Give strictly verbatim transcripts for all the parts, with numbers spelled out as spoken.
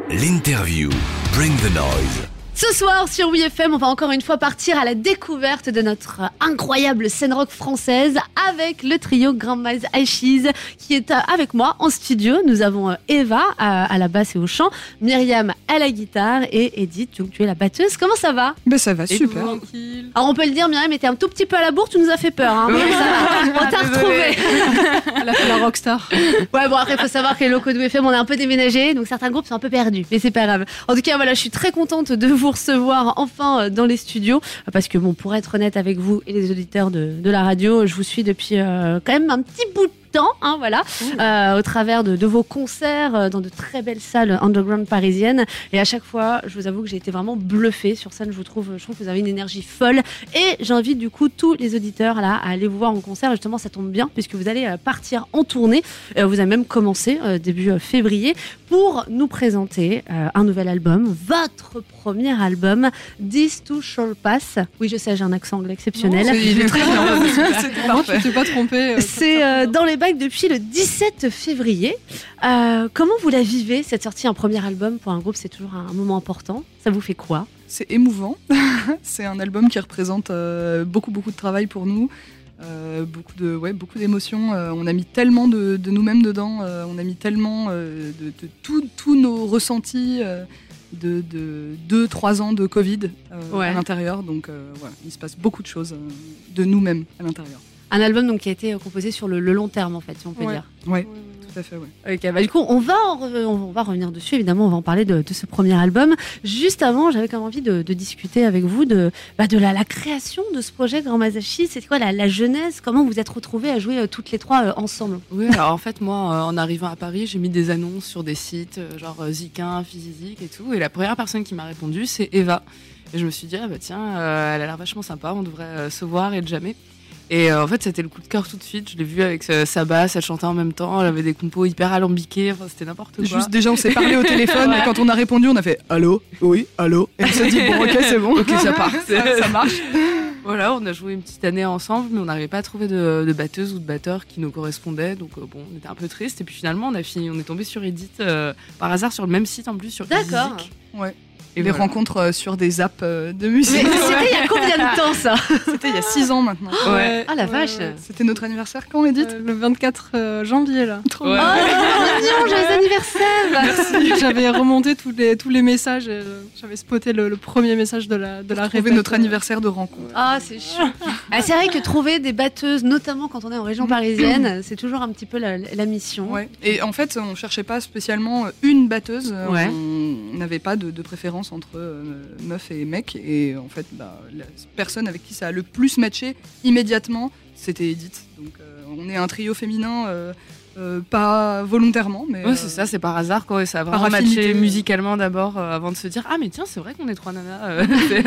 L'interview. Bring the noise. Ce soir sur W F M, on va encore une fois partir à la découverte de notre incroyable scène rock française avec le trio Grandma's Ashes qui est avec moi en studio. Nous avons Eva à la basse et au chant, Myriam à la guitare et Edith, donc tu es la batteuse. Comment ça va ? Ben ça va, super. Alors on peut le dire, Myriam était un tout petit peu à la bourre, tu nous as fait peur. Hein, oui. Ça, on t'a retrouvé. Elle a fait la rockstar. Ouais, bon après il faut savoir que les locaux de W F M, on a un peu déménagé, donc certains groupes sont un peu perdus, mais c'est pas grave. En tout cas, voilà, je suis très contente de vous recevoir enfin dans les studios parce que bon, pour être honnête avec vous et les auditeurs de, de la radio, je vous suis depuis euh, quand même un petit bout de temps, hein, voilà, euh, au travers de, de vos concerts euh, dans de très belles salles underground parisiennes, et à chaque fois je vous avoue que j'ai été vraiment bluffée sur scène. Je vous trouve, je trouve que vous avez une énergie folle et j'invite du coup tous les auditeurs là à aller vous voir en concert. Justement, ça tombe bien puisque vous allez euh, partir en tournée, euh, vous avez même commencé euh, début euh, février pour nous présenter euh, un nouvel album, votre premier album, This Too Shall Pass. Oui, je sais, j'ai un accent anglais exceptionnel. Non, il est très bien. C'était parfait. Tu t'es pas trompé. Euh, c'est euh, dans les bacs depuis le dix-sept février. Euh, comment vous la vivez, cette sortie, un premier album pour un groupe? C'est toujours un moment important. Ça vous fait quoi? C'est émouvant. C'est un album qui représente euh, beaucoup, beaucoup de travail pour nous. Euh, beaucoup de, ouais, beaucoup d'émotions. Euh, on a mis tellement de, de nous-mêmes dedans. Euh, on a mis tellement euh, de, de tous nos ressentis euh, de, de deux, trois ans de Covid euh, ouais. à l'intérieur. Donc, euh, ouais, il se passe beaucoup de choses euh, de nous-mêmes à l'intérieur. Un album donc qui a été composé sur le, le long terme, en fait, si on peut ouais. dire. Oui, tout à fait, ouais. Ok, bah du coup, on va, en re- on va revenir dessus, évidemment, on va en parler de, de ce premier album. Juste avant, j'avais quand même envie de, de discuter avec vous de, bah, de la, la création de ce projet Grandma's Ashes. C'est quoi la, la genèse? Comment vous êtes retrouvées à jouer euh, toutes les trois euh, ensemble? Oui, alors en fait, moi, euh, en arrivant à Paris, j'ai mis des annonces sur des sites, euh, genre euh, Zikin, Physique et tout, et la première personne qui m'a répondu, c'est Eva. Et je me suis dit, ah bah tiens, euh, elle a l'air vachement sympa, on devrait euh, se voir et jamais. Et euh, en fait, c'était le coup de cœur tout de suite. Je l'ai vue avec euh, sa basse, elle chantait en même temps, elle avait des compos hyper alambiqués, enfin, c'était n'importe quoi. Juste déjà, on s'est parlé au téléphone, ouais. Et quand on a répondu, on a fait « Allô ? Oui, allô ?» Et on s'est dit « Bon, ok, c'est bon. » Ok, ça part. ça, ça marche. Voilà, on a joué une petite année ensemble, mais on n'arrivait pas à trouver de, de batteuse ou de batteur qui nous correspondait. Donc euh, bon, on était un peu triste. Et puis finalement, on a fini, on est tombé sur Edith, euh, par hasard, sur le même site en plus, sur D'accord. Physique. Ouais. Et les voilà. rencontres sur des apps de musique. Mais c'était il y a combien de temps, ça? C'était il y a six ans maintenant. Ouais. Ah la vache. Ouais. C'était notre anniversaire quand, Edith? euh, Le vingt-quatre janvier, là. Trop ouais. bien. Oh, mignon, joyeux anniversaire. Merci. J'avais remonté tous les, tous les messages. Et, euh, j'avais spoté le, le premier message de la, de la répète. Trouver notre anniversaire de rencontre. Ah, c'est chou. Ah, c'est vrai que trouver des batteuses, notamment quand on est en région parisienne, c'est toujours un petit peu la, la mission. Ouais. Et en fait, on cherchait pas spécialement une batteuse. Ouais. On n'avait pas de, de préférence entre euh, meuf et mec, et en fait bah, la personne avec qui ça a le plus matché immédiatement, c'était Edith. Donc euh, on est un trio féminin, euh, euh, pas volontairement, mais ouais, c'est ça, c'est par hasard quoi. Ça a vraiment matché musicalement d'abord, euh, avant de se dire ah mais tiens, c'est vrai qu'on est trois nanas. Euh,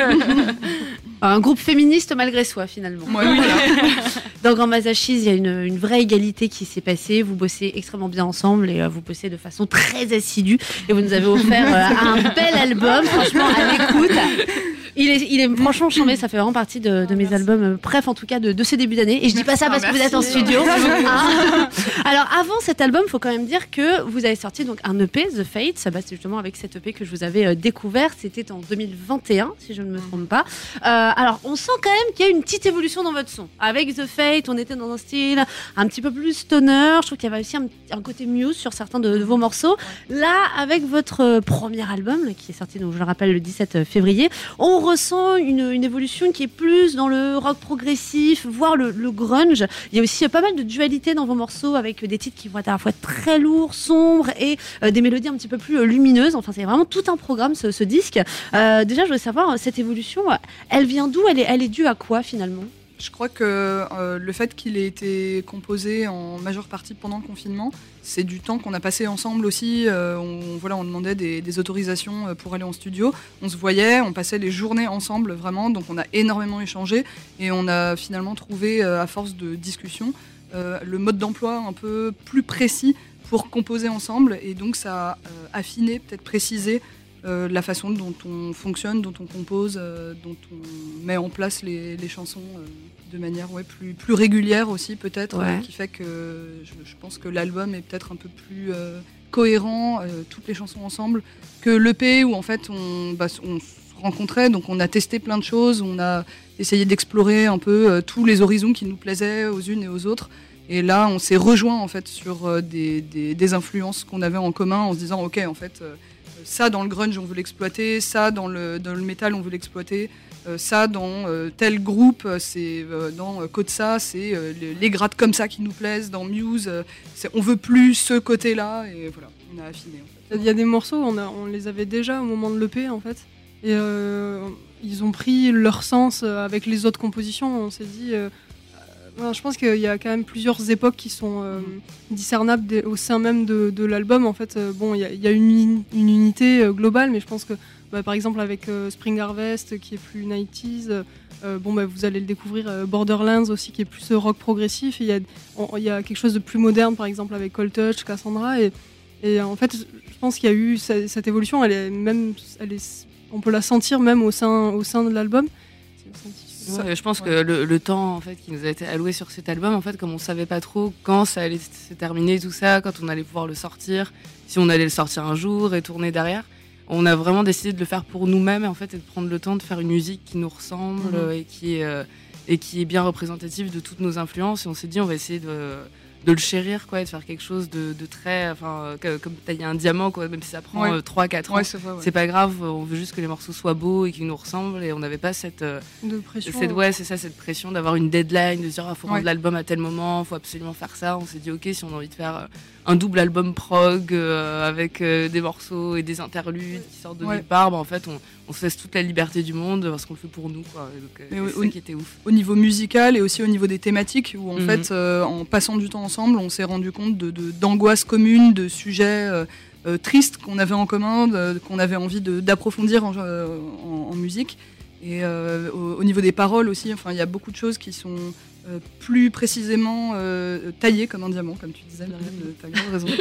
un groupe féministe malgré soi finalement. Ouais, oui, dans Grandma's Ashes, il y a une, une vraie égalité qui s'est passée. Vous bossez extrêmement bien ensemble et euh, vous bossez de façon très assidue. Et vous nous avez offert euh, un bel album, franchement, à l'écoute. Il est, il est franchement chambé, ça fait vraiment partie de, de mes merci. albums, euh, bref en tout cas de, de ce début d'année. Et je dis pas ça parce ah, que vous êtes en studio. Ah. Alors avant cet album, il faut quand même dire que vous avez sorti donc un E P, The Fate. Ça bah, c'est justement avec cet E P que je vous avais euh, découvert. C'était en deux mille vingt et un, si je ne me trompe pas. Euh, alors on sent quand même qu'il y a une petite évolution dans votre son. Avec The Fate, on était dans un style un petit peu plus stoner. Je trouve qu'il y avait aussi un, un côté Muse sur certains de, de vos morceaux. Là, avec votre premier album, là, qui est sorti, donc je le rappelle, le dix-sept février, on ressent une, une évolution qui est plus dans le rock progressif, voire le, le grunge. Il y a aussi pas mal de dualité dans vos morceaux avec des titres qui vont être à la fois très lourds, sombres et euh, des mélodies un petit peu plus euh, lumineuses. Enfin, c'est vraiment tout un programme ce, ce disque. Euh, déjà, je voudrais savoir, cette évolution, elle vient d'où? Elle est, elle est due à quoi finalement? Je crois que euh, le fait qu'il ait été composé en majeure partie pendant le confinement, c'est du temps qu'on a passé ensemble aussi. Euh, on, voilà, on demandait des, des autorisations pour aller en studio. On se voyait, on passait les journées ensemble vraiment. Donc on a énormément échangé et on a finalement trouvé, euh, à force de discussion, euh, le mode d'emploi un peu plus précis pour composer ensemble. Et donc ça a euh, affiné, peut-être précisé Euh, la façon dont on fonctionne, dont on compose, euh, dont on met en place les, les chansons euh, de manière ouais, plus, plus régulière aussi peut-être, ouais. euh, qui fait que je, je pense que l'album est peut-être un peu plus euh, cohérent, euh, toutes les chansons ensemble, que l'E P où en fait on, bah, on se rencontrait, donc on a testé plein de choses, on a essayé d'explorer un peu euh, tous les horizons qui nous plaisaient aux unes et aux autres. Et là, on s'est rejoint en fait sur euh, des, des, des influences qu'on avait en commun, en se disant ok, en fait, euh, ça dans le grunge on veut l'exploiter, ça dans le dans le métal on veut l'exploiter. Euh, ça dans euh, tel groupe, c'est euh, dans euh, Kotsa, c'est euh, les, les grattes comme ça qui nous plaisent. Dans Muse, euh, c'est, on veut plus ce côté-là et voilà, on a affiné. En fait. Il y a des morceaux, on, a, on les avait déjà au moment de l'E P en fait, et euh, ils ont pris leur sens avec les autres compositions. On s'est dit, euh, euh, je pense qu'il y a quand même plusieurs époques qui sont euh, discernables des, au sein même de, de l'album. En fait, euh, bon, il y a, il y a une, une unité euh, globale, mais je pense que Bah, par exemple avec euh, Spring Harvest qui est plus nineties, euh, bon, bah, vous allez le découvrir, euh, Borderlands aussi qui est plus euh, rock progressif, il y, y a quelque chose de plus moderne par exemple avec Cold Touch, Cassandra, et, et en fait je pense qu'il y a eu cette, cette évolution, elle est même, elle est, on peut la sentir même au sein, au sein de l'album. Ouais, je pense ouais. que le, le temps en fait, qui nous a été alloué sur cet album, en fait, comme on savait pas trop quand ça allait se terminer tout ça, quand on allait pouvoir le sortir, si on allait le sortir un jour et tourner derrière, on a vraiment décidé de le faire pour nous-mêmes en fait, et de prendre le temps de faire une musique qui nous ressemble mmh. et, qui est, euh, et qui est bien représentative de toutes nos influences. Et on s'est dit on va essayer de, de le chérir, quoi, et de faire quelque chose de, de très... Enfin, euh, comme tailler un diamant, quoi, même si ça prend ouais. euh, trois quatre ans. Ouais, c'est, vrai, ouais. c'est pas grave, on veut juste que les morceaux soient beaux et qu'ils nous ressemblent. Et on n'avait pas cette... Euh, de pression. Cette, ouais, c'est ça, cette pression d'avoir une deadline, de se dire il ah, faut ouais. rendre l'album à tel moment, il faut absolument faire ça. On s'est dit ok, si on a envie de faire... Euh, un double album prog euh, avec euh, des morceaux et des interludes qui sortent de ouais. nulle part, bah, en fait on, on se laisse toute la liberté du monde parce qu'on le fait pour nous, quoi. Donc, euh, c'est au, ça qui était ouf. Au niveau musical et aussi au niveau des thématiques où en mm-hmm. fait euh, en passant du temps ensemble on s'est rendu compte de, de, d'angoisses communes, de sujets euh, euh, tristes qu'on avait en commun, de, qu'on avait envie de, d'approfondir en, euh, en, en musique. Et euh, au, au niveau des paroles aussi, enfin il y a beaucoup de choses qui sont Euh, plus précisément euh, taillé comme un diamant, comme tu disais, Myriam, tu as grave raison.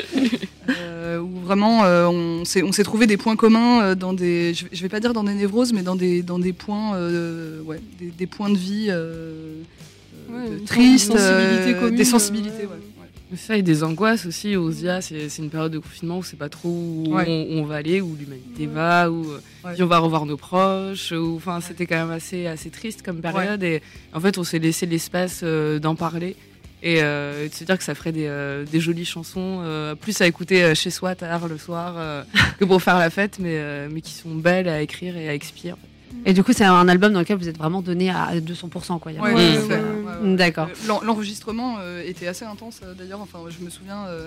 Euh, où vraiment euh, on, s'est, on s'est trouvé des points communs euh, dans des, je, je vais pas dire dans des névroses, mais dans des, dans des points, euh, ouais, des, des points de vie euh, ouais, de tristes, sensibilité commune, des sensibilités. Euh, ouais. Ouais. Ça et des angoisses aussi. On se dit ah, c'est, c'est une période de confinement où c'est pas trop où, ouais. on, où on va aller, où l'humanité ouais. va, où ouais. puis on va revoir nos proches. Enfin, ouais. c'était quand même assez, assez triste comme période. Ouais. Et en fait, on s'est laissé l'espace euh, d'en parler et euh, de se dire que ça ferait des, euh, des jolies chansons, euh, plus à écouter euh, chez soi tard le soir euh, que pour faire la fête, mais, euh, mais qui sont belles à écrire et à expier. En fait. Et du coup, c'est un album dans lequel vous êtes vraiment donné à deux cents pour cent, quoi. Il y a ouais, ouais, ouais, ouais, ouais, ouais. D'accord. L'en- l'enregistrement euh, était assez intense euh, d'ailleurs. Enfin, je me souviens euh,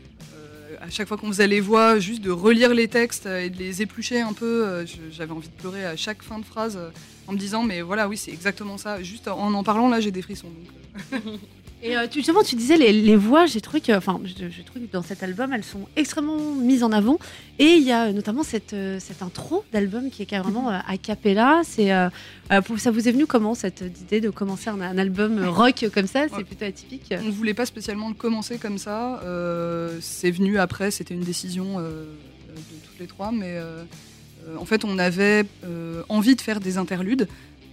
euh, à chaque fois qu'on faisait les voix, juste de relire les textes et de les éplucher un peu. Euh, je, j'avais envie de pleurer à chaque fin de phrase euh, en me disant, mais voilà, oui, c'est exactement ça. Juste en en parlant, là, j'ai des frissons. Donc, euh. Et euh, tu, justement, tu disais les, les voix, j'ai trouvé que, enfin, je, je trouve que dans cet album, elles sont extrêmement mises en avant. Et il y a notamment cette, euh, cette intro d'album qui est carrément euh, a cappella. C'est, euh, euh, pour, ça vous est venu comment cette idée de commencer un, un album rock comme ça? C'est ouais. plutôt atypique. On ne voulait pas spécialement le commencer comme ça. Euh, c'est venu après, c'était une décision euh, de toutes les trois. Mais euh, euh, en fait, on avait euh, envie de faire des interludes.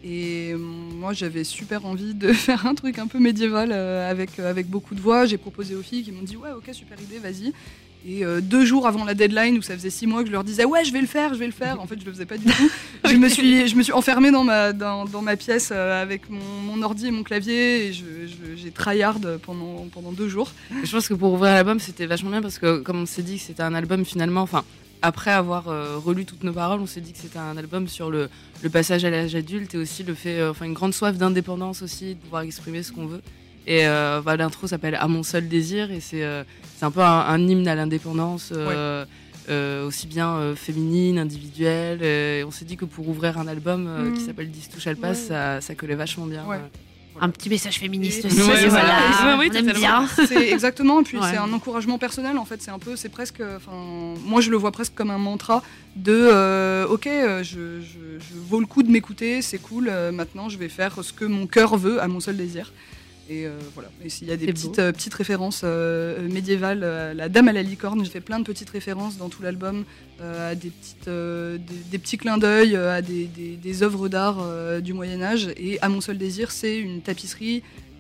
Et moi, j'avais super envie de faire un truc un peu médiéval euh, avec, euh, avec beaucoup de voix. J'ai proposé aux filles qui m'ont dit « Ouais, ok, super idée, vas-y ». Et euh, deux jours avant la deadline, où ça faisait six mois que je leur disais « Ouais, je vais le faire, je vais le faire ». En fait, je le faisais pas du tout. je, me suis, je me suis enfermée dans ma, dans, dans ma pièce euh, avec mon, mon ordi et mon clavier. Et je, je, j'ai tryhard pendant, pendant deux jours. Je pense que pour ouvrir l'album, c'était vachement bien parce que, comme on s'est dit que c'était un album finalement... enfin. Après avoir euh, relu toutes nos paroles, on s'est dit que c'était un album sur le, le passage à l'âge adulte et aussi le fait, euh, enfin une grande soif d'indépendance aussi, de pouvoir exprimer ce qu'on veut. Et euh, bah, l'intro s'appelle À mon seul désir et c'est, euh, c'est un peu un, un hymne à l'indépendance, euh, ouais. euh, aussi bien euh, féminine, individuelle. Et on s'est dit que pour ouvrir un album euh, mmh. qui s'appelle dix touches à le passe, ouais. ça, ça collait vachement bien. Ouais. Euh. Un petit message féministe et aussi, ouais, voilà. voilà. Oui, on aime bien. C'est exactement, et puis ouais. c'est un encouragement personnel en fait. C'est un peu, c'est presque, enfin, moi je le vois presque comme un mantra de, euh, ok, je, je, je vaux le coup de m'écouter, c'est cool. Euh, maintenant, je vais faire ce que mon cœur veut, à mon seul désir. Et euh, voilà. Et s'il y a des petites, euh, petites références euh, médiévales, euh, la Dame à la licorne, j'ai fait plein de petites références dans tout l'album, euh, à des, petites, euh, des, des petits clins d'œil, euh, à des, des, des œuvres d'art euh, du Moyen-Âge. Et À mon seul désir, c'est une tapisserie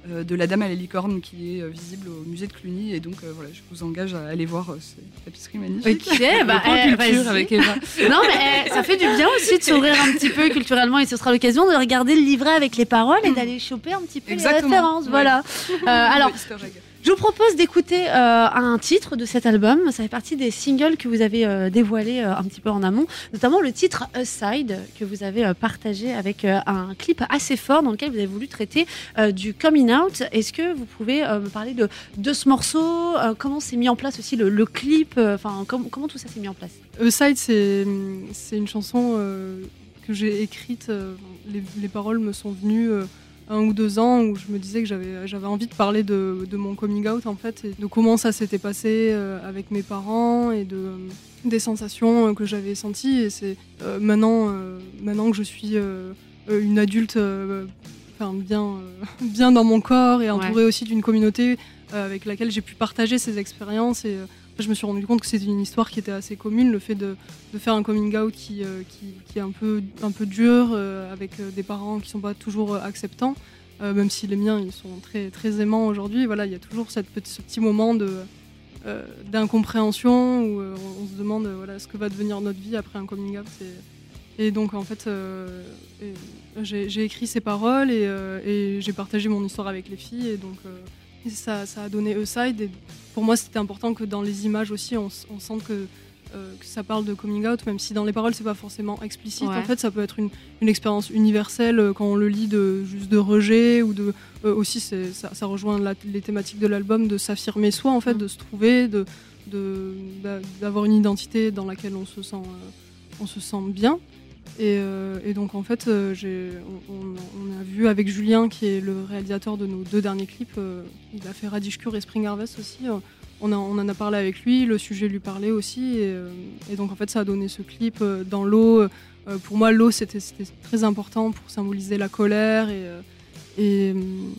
euh, de La Dame à la licorne qui est euh, visible au musée de Cluny. Et donc euh, voilà, je vous engage à aller voir euh, cette tapisserie magnifique. Ok, bah, Eh, eh, culture vas-y. avec Eva. Non, mais eh, ça fait du bien aussi de s'ouvrir un petit peu culturellement et ce sera l'occasion de regarder le livret avec les paroles et d'aller choper un petit peu Exactement. les références. Ouais. Voilà. Euh, alors, Le Easter egg. je vous propose d'écouter euh, un titre de cet album. Ça fait partie des singles que vous avez euh, dévoilés euh, un petit peu en amont, notamment le titre Aside que vous avez euh, partagé avec euh, un clip assez fort dans lequel vous avez voulu traiter euh, du coming out. Est-ce que vous pouvez euh, me parler de, de ce morceau euh, Comment s'est mis en place aussi le, le clip euh, Enfin, com- comment tout ça s'est mis en place Aside, c'est c'est une chanson euh, que j'ai écrite. euh, les, les paroles me sont venues euh, un ou deux ans où je me disais que j'avais j'avais envie de parler de, de mon coming out en fait, et de comment ça s'était passé euh, avec mes parents et de euh, des sensations euh, que j'avais senties. Et c'est euh, maintenant euh, maintenant que je suis euh, euh, une adulte, euh, enfin bien euh, bien dans mon corps et entourée aussi d'une communauté euh, avec laquelle j'ai pu partager ces expériences. Et euh, je me suis rendu compte que c'était une histoire qui était assez commune, le fait de, de faire un coming out qui, euh, qui, qui est un peu, un peu dur, euh, avec euh, des parents qui ne sont pas toujours euh, acceptants, euh, même si les miens ils sont très, très aimants aujourd'hui. Voilà, il y a toujours cette petit, ce petit moment de, euh, d'incompréhension où euh, on, on se demande euh, voilà, ce que va devenir notre vie après un coming out. Et, et donc en fait, euh, et, j'ai, j'ai écrit ces paroles et, euh, et j'ai partagé mon histoire avec les filles. Et donc euh, et ça, ça a donné Aside. Et pour moi, c'était important que dans les images aussi, on, on sente que, euh, que ça parle de coming out, même si dans les paroles, c'est pas forcément explicite. Ouais. En fait, ça peut être une, une expérience universelle euh, quand on le lit de juste de rejet ou de euh, aussi, c'est, ça, ça rejoint la, les thématiques de l'album, de s'affirmer soi, en fait, Mm. de se trouver, de, de, d'a- d'avoir une identité dans laquelle on se sent, euh, on se sent bien. Et, euh, et donc en fait, euh, j'ai, on, on- on a vu avec Julien, qui est le réalisateur de nos deux derniers clips, euh, il a fait Radish Cure et Spring Harvest aussi. euh, on, a, on en a parlé avec lui, le sujet lui parlait aussi. Et, euh, et donc en fait, ça a donné ce clip euh, dans l'eau. Euh, pour moi, l'eau, c'était, c'était très important pour symboliser la colère. Et, euh, et,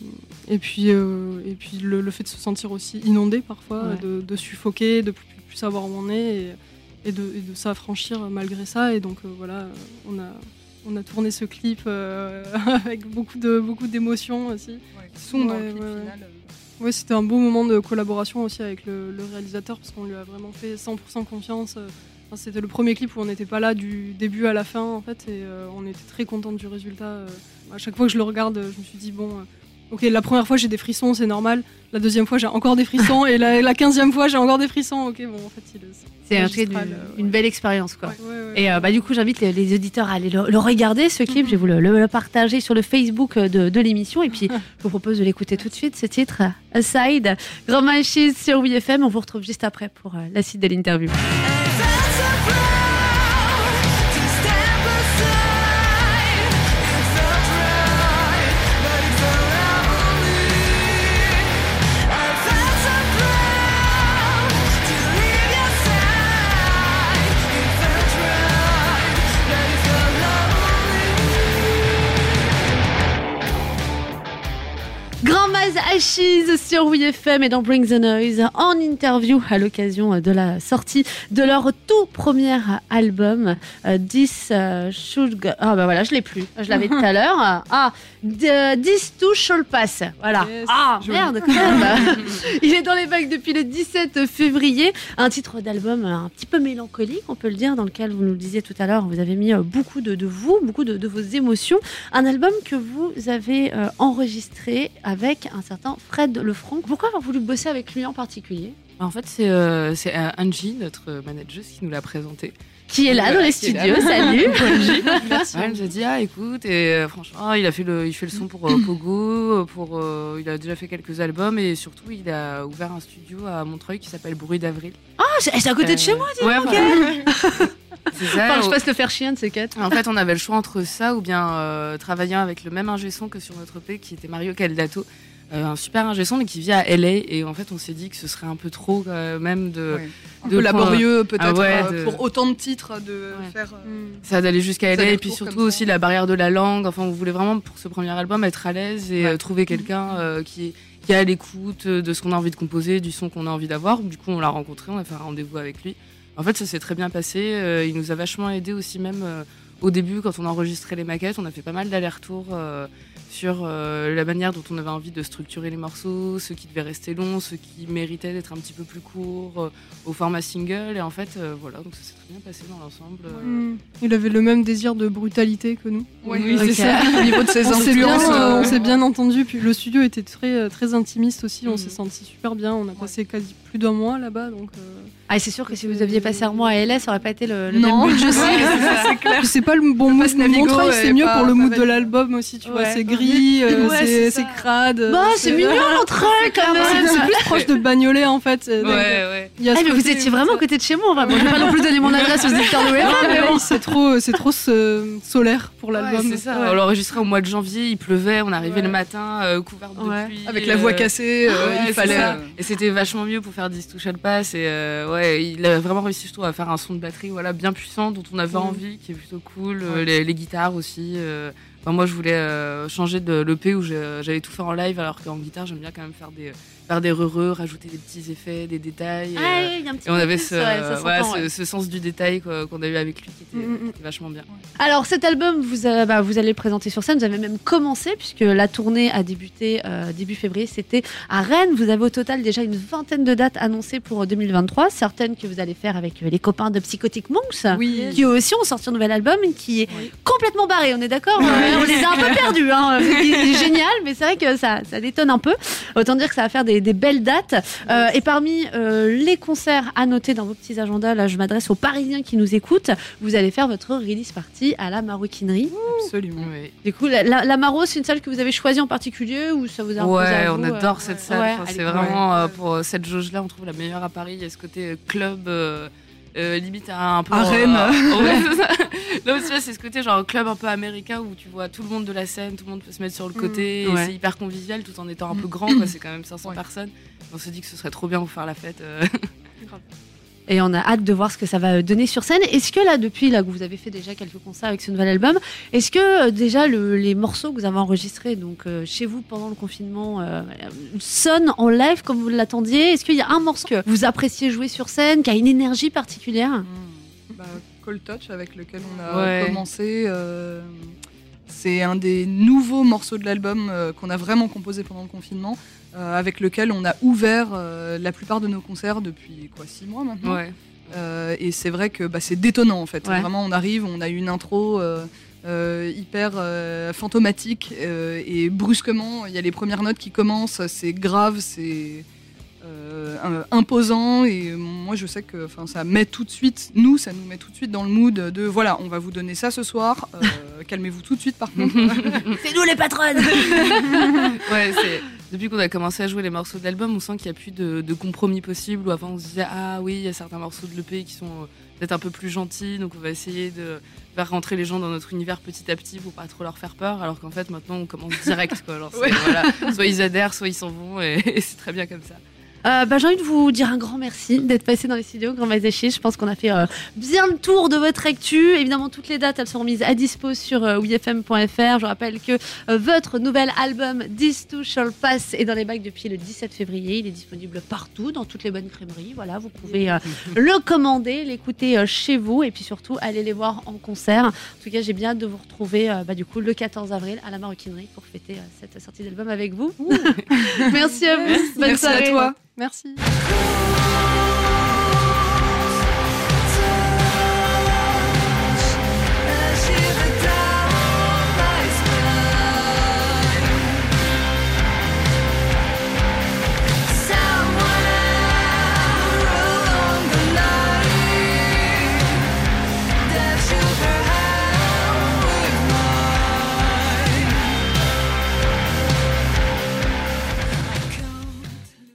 et puis, euh, et puis le, le fait de se sentir aussi inondé parfois, Ouais. de, de suffoquer, de plus, plus savoir où on est. Et, et de, et de s'affranchir malgré ça. Et donc euh, voilà, on a, on a tourné ce clip euh, avec beaucoup, de, beaucoup d'émotions aussi. Ouais, qui sont dans Ouais, le clip ouais, ouais. final. euh, Ouais, c'était un beau moment de collaboration aussi avec le, le réalisateur, parce qu'on lui a vraiment fait cent pour cent confiance. Enfin, c'était le premier clip où on n'était pas là du début à la fin en fait, et euh, on était très contente du résultat. Euh, à chaque fois que je le regarde, je me suis dit bon, euh, ok, la première fois j'ai des frissons, c'est normal. La deuxième fois j'ai encore des frissons, et la, la quinzième fois j'ai encore des frissons. Ok, bon, en fait, il est- C'est en tout cas magistral, une, euh, une ouais. belle expérience, quoi. Ouais, ouais, ouais. Et euh, bah, du coup, j'invite les, les auditeurs à aller le, le regarder, ce clip. Mhm. Je vais vous le, le- le partager sur le Facebook de, de l'émission. Et puis, je vous propose de l'écouter tout de suite, ce titre, Aside. Grand Machis sur W F M. On vous retrouve juste après pour euh, la suite de l'interview. Grand Maz Achise sur W F M et dans Bring the Noise en interview à l'occasion de la sortie de leur tout premier album euh, This euh, Should Go- Ah bah voilà, je l'ai plus. Je l'avais tout à l'heure. Ah, de- This Too Shall Pass. Voilà. Yes, Ah joli. merde quand même. Il est dans les bacs depuis le dix-sept février. Un titre d'album un petit peu mélancolique, on peut le dire, dans lequel vous nous le disiez tout à l'heure, vous avez mis euh, beaucoup de, de vous, beaucoup de, de vos émotions. Un album que vous avez euh, enregistré avec un certain Fred Lefranc. Pourquoi avoir voulu bosser avec lui en particulier ? En fait, c'est euh, c'est, euh, Angie, notre manageuse, qui nous l'a présenté. Qui est là Voilà, dans les qui est là. studios, salut. Merci. Ouais, elle nous a dit ah écoute et euh, franchement il a fait le il fait le son pour euh, Pogo, pour euh, il a déjà fait quelques albums et surtout il a ouvert un studio à Montreuil qui s'appelle Bruit d'avril. Ah, c'est c'est à côté de chez moi, dis Ouais, donc. voilà. C'est ça. Enfin, je au- passe le faire chien de ces quatre. En fait, on avait le choix entre ça ou bien euh, travailler avec le même ingé son que sur notre E P qui était Mario Caldato, euh, un super ingé son mais qui vit à L A, et en fait on s'est dit que ce serait un peu trop euh, même de ouais. Un de peu prendre- laborieux peut-être Ah ouais, euh, de- pour autant de titres de Ouais. faire. euh, Mm. ça d'aller jusqu'à L A, Vous allez et puis retour surtout comme ça. aussi la barrière de la langue. Enfin, on voulait vraiment pour ce premier album être à l'aise et Ouais. euh, trouver quelqu'un euh, qui, qui est à l'écoute euh, de ce qu'on a envie de composer, du son qu'on a envie d'avoir. Du coup, on l'a rencontré, on a fait un rendez-vous avec lui. En fait, ça s'est très bien passé. Euh, il nous a vachement aidé aussi, même euh, au début, quand on a enregistré les maquettes. On a fait pas mal d'allers-retours euh, sur euh, la manière dont on avait envie de structurer les morceaux, ceux qui devaient rester longs, ceux qui méritaient d'être un petit peu plus courts, euh, au format single. Et en fait, euh, voilà, donc ça s'est très bien passé dans l'ensemble. Euh. Mm. Il avait le même désir de brutalité que nous. Oui, oui, c'est ça. Au niveau de ses on s'est bien, influences. euh, euh, on s'est bien entendu. Puis le studio était très, très intimiste aussi. On Mhm. s'est senti super bien. On a passé quasi plus d'un mois là-bas. Donc, euh... Ah, et c'est sûr que si vous aviez passé un mois à L A, ça aurait pas été le, le Non. même budget. Ouais, c'est ça, c'est clair. Puis c'est pas le bon mood. passe Navigo Montreuil, c'est est mieux pas- pour le pas mood de valide. l'album aussi. Tu vois, Ouais. c'est gris, euh, Ouais, c'est c'est c'est ça. crade. Bah, c'est mignon Montreuil quand C'est même. c'est plus proche de Bagnolet en fait. Ouais, Donc, ouais. il y a Eh, ce mais vous côté- étiez vraiment à côté de chez moi. Enfin, bon, je vais pas non plus donner mon adresse aux éditeurs de W F M, mais bon. Oui, c'est trop, c'est trop euh, solaire pour Ouais, l'album. c'est ça. Ouais. On l'enregistrait au mois de janvier, il pleuvait, on arrivait Ouais. le matin euh, couvert de Ouais. pluie. Avec la voix euh, cassée, euh, ouais, il c'est fallait. ça. euh, Et c'était vachement mieux pour faire This to Shall Pass. Et euh, ouais, il a vraiment réussi, je trouve, à faire un son de batterie voilà, bien puissant, dont on avait Mhm. envie, qui est plutôt cool. Euh, les, les guitares aussi. euh. Enfin, moi, je voulais euh, changer de l'E P où j'ai- j'allais tout faire en live, alors qu'en guitare, j'aime bien quand même faire des, faire des re-re, rajouter des petits effets, des détails. Ah, euh. il y a un petit Et on peu avait plus, ce, ouais, ça voilà, s'entend, ce, ouais. ce sens du détail quoi, qu'on a eu avec lui qui était, Mhm. qui était vachement bien. Alors cet album, vous, euh, bah, vous allez le présenter sur scène, vous avez même commencé puisque la tournée a débuté euh, début février, c'était à Rennes. Vous avez au total déjà une vingtaine de dates annoncées pour deux mille vingt-trois, certaines que vous allez faire avec euh, les copains de Psychotic Monks, Oui. qui eux aussi ont sorti un nouvel album qui est Oui. complètement barré, on est d'accord. Euh, On les a un peu perdus, hein. Il est génial, mais c'est vrai que ça, ça détonne un peu. Autant dire que ça va faire des, des belles dates. Euh, et parmi euh, les concerts à noter dans vos petits agendas, là je m'adresse aux Parisiens qui nous écoutent, vous allez faire votre release party à la Maroquinerie. Absolument. Ouais. Du coup, la, la, la Maro, c'est une salle que vous avez choisie en particulier ou ça vous a imposé Ouais, à on vous, adore euh, cette ouais. salle. Ouais, Enfin, elle c'est est- vraiment ouais. euh, pour cette jauge-là, on trouve la meilleure à Paris. Il y a ce côté euh, club. Euh, euh, limite à un peu Harem. euh, ouais, c'est ça. Là aussi, c'est ce côté genre club un peu américain où tu vois tout le monde de la scène, tout le monde peut se mettre sur le côté, et Ouais. c'est hyper convivial tout en étant un peu Mm. grand, quoi. C'est quand même cinq cents Ouais. personnes. On se dit que ce serait trop bien pour faire la fête. euh. Et on a hâte de voir ce que ça va donner sur scène. Est-ce que là, depuis là, que vous avez fait déjà quelques concerts avec ce nouvel album, est-ce que euh, déjà le- les morceaux que vous avez enregistrés donc, euh, chez vous pendant le confinement euh, sonnent en live comme vous l'attendiez? Est-ce qu'il y a un morceau que vous appréciez jouer sur scène, qui a une énergie particulière? Mmh. Bah, Cold Touch avec lequel on a Ouais. commencé. euh, c'est un des nouveaux morceaux de l'album euh, qu'on a vraiment composé pendant le confinement, euh, avec lequel on a ouvert euh, la plupart de nos concerts depuis quoi six mois maintenant. Ouais. Euh, et c'est vrai que bah, c'est détonnant en fait. Ouais. Vraiment, on arrive, on a une intro euh, euh, hyper euh, fantomatique euh, et brusquement, il y a les premières notes qui commencent. C'est grave, c'est euh, un- imposant et moi je sais que enfin ça met tout de suite, nous ça nous met tout de suite dans le mood de voilà, on va vous donner ça ce soir. euh, calmez-vous tout de suite par contre. C'est nous les patronnes. Ouais, c'est depuis qu'on a commencé à jouer les morceaux de l'album, on sent qu'il n'y a plus de, de compromis possible. Où avant, on se disait ah oui, il y a certains morceaux de l'E P qui sont euh, peut-être un peu plus gentils, donc on va essayer de faire rentrer les gens dans notre univers petit à petit pour pas trop leur faire peur. Alors qu'en fait, maintenant, on commence direct, quoi. Alors, c'est- Ouais. voilà, soit ils adhèrent, soit ils s'en vont, et, et c'est très bien comme ça. Euh, bah, j'ai envie de vous dire un grand merci d'être passé dans les studios Grand Mazachi. Je pense qu'on a fait euh, bien le tour de votre actu. Évidemment, toutes les dates elles seront mises à dispo sur euh, w f m point f r. Je rappelle que euh, votre nouvel album This Too Shall Pass est dans les bacs depuis le dix-sept février. Il est disponible partout, dans toutes les bonnes crèmeries. Voilà, vous pouvez euh, le commander, l'écouter euh, chez vous et puis surtout aller les voir en concert. En tout cas, j'ai bien hâte de vous retrouver euh, bah, du coup le quatorze avril à la Maroquinerie pour fêter euh, cette sortie d'album avec vous. Merci à vous. Bonne Merci à soirée. toi. Merci.